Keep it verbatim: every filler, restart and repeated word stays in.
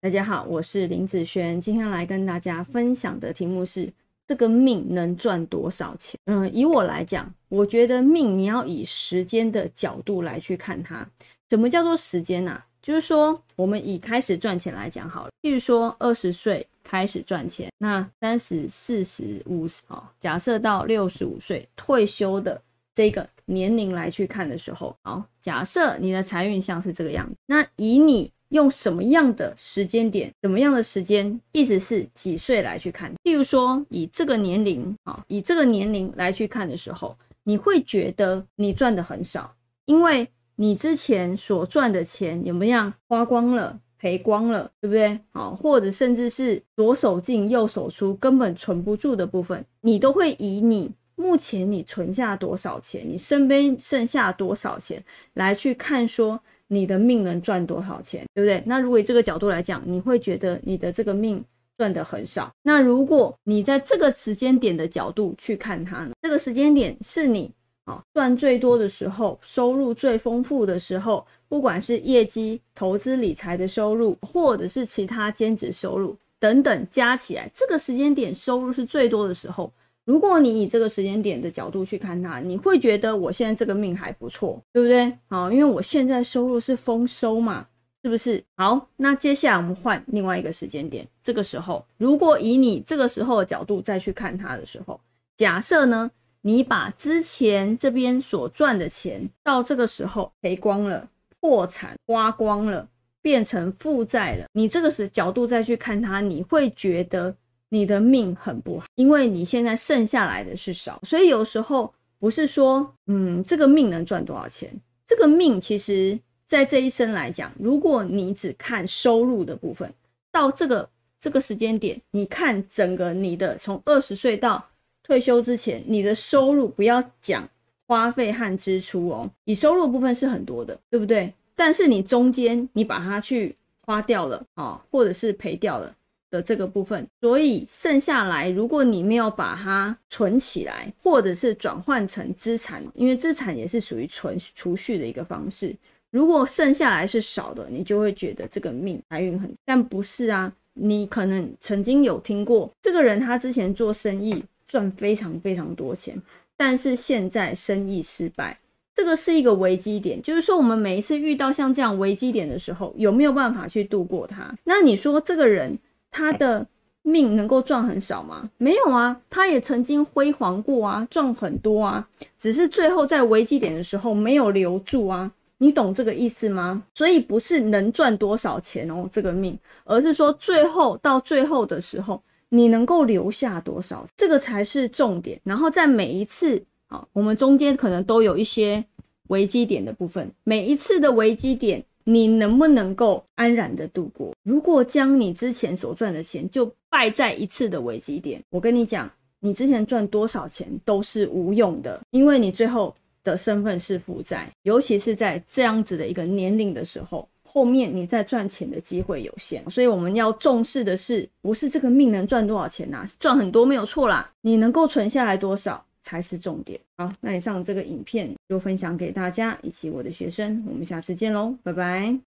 大家好，我是林子璇，今天来跟大家分享的题目是这个命能赚多少钱。嗯，以我来讲，我觉得命你要以时间的角度来去看它。什么叫做时间啊？就是说我们以开始赚钱来讲好了，譬如说二十岁开始赚钱，那三十、四十、五十，假设到六十五岁退休的这个年龄来去看的时候，好，假设你的财运像是这个样子，那以你用什么样的时间点，什么样的时间，意思是几岁来去看。譬如说以这个年龄，以这个年龄来去看的时候，你会觉得你赚的很少，因为你之前所赚的钱有没有样花光了，赔光了，对不对？或者甚至是左手进右手出，根本存不住的部分，你都会以你目前你存下多少钱，你身边剩下多少钱来去看说你的命能赚多少钱，对不对？那如果以这个角度来讲，你会觉得你的这个命赚得很少。那如果你在这个时间点的角度去看它呢，这个时间点是你哦，赚最多的时候，收入最丰富的时候，不管是业绩、投资理财的收入，或者是其他兼职收入等等加起来，这个时间点收入是最多的时候，如果你以这个时间点的角度去看它，你会觉得我现在这个命还不错，对不对？好，因为我现在收入是丰收嘛，是不是？好，那接下来我们换另外一个时间点，这个时候如果以你这个时候的角度再去看它的时候，假设呢你把之前这边所赚的钱到这个时候赔光了，破产花光了，变成负债了，你这个时角度再去看它，你会觉得你的命很不好，因为你现在剩下来的是少。所以有时候不是说嗯这个命能赚多少钱，这个命其实在这一生来讲，如果你只看收入的部分，到这个这个时间点，你看整个你的从二十岁到退休之前，你的收入不要讲花费和支出哦，你收入部分是很多的，对不对？但是你中间你把它去花掉了、哦、或者是赔掉了的这个部分，所以剩下来如果你没有把它存起来，或者是转换成资产，因为资产也是属于存储蓄的一个方式，如果剩下来是少的，你就会觉得这个命财运很，但不是啊，你可能曾经有听过这个人他之前做生意赚非常非常多钱，但是现在生意失败，这个是一个危机点，就是说我们每一次遇到像这样危机点的时候，有没有办法去度过它？那你说这个人他的命能够赚很少吗？没有啊，他也曾经辉煌过啊，赚很多啊，只是最后在危机点的时候没有留住啊，你懂这个意思吗？所以不是能赚多少钱哦，这个命，而是说最后到最后的时候你能够留下多少，这个才是重点。然后在每一次啊，我们中间可能都有一些危机点的部分，每一次的危机点你能不能够安然的度过？如果将你之前所赚的钱就败在一次的危机点，我跟你讲，你之前赚多少钱都是无用的，因为你最后的身份是负债，尤其是在这样子的一个年龄的时候，后面你再赚钱的机会有限。所以我们要重视的是不是这个命能赚多少钱啊，赚很多没有错啦，你能够存下来多少才是重点。好，那以上这个影片就分享给大家以及我的学生，我们下次见咯，拜拜。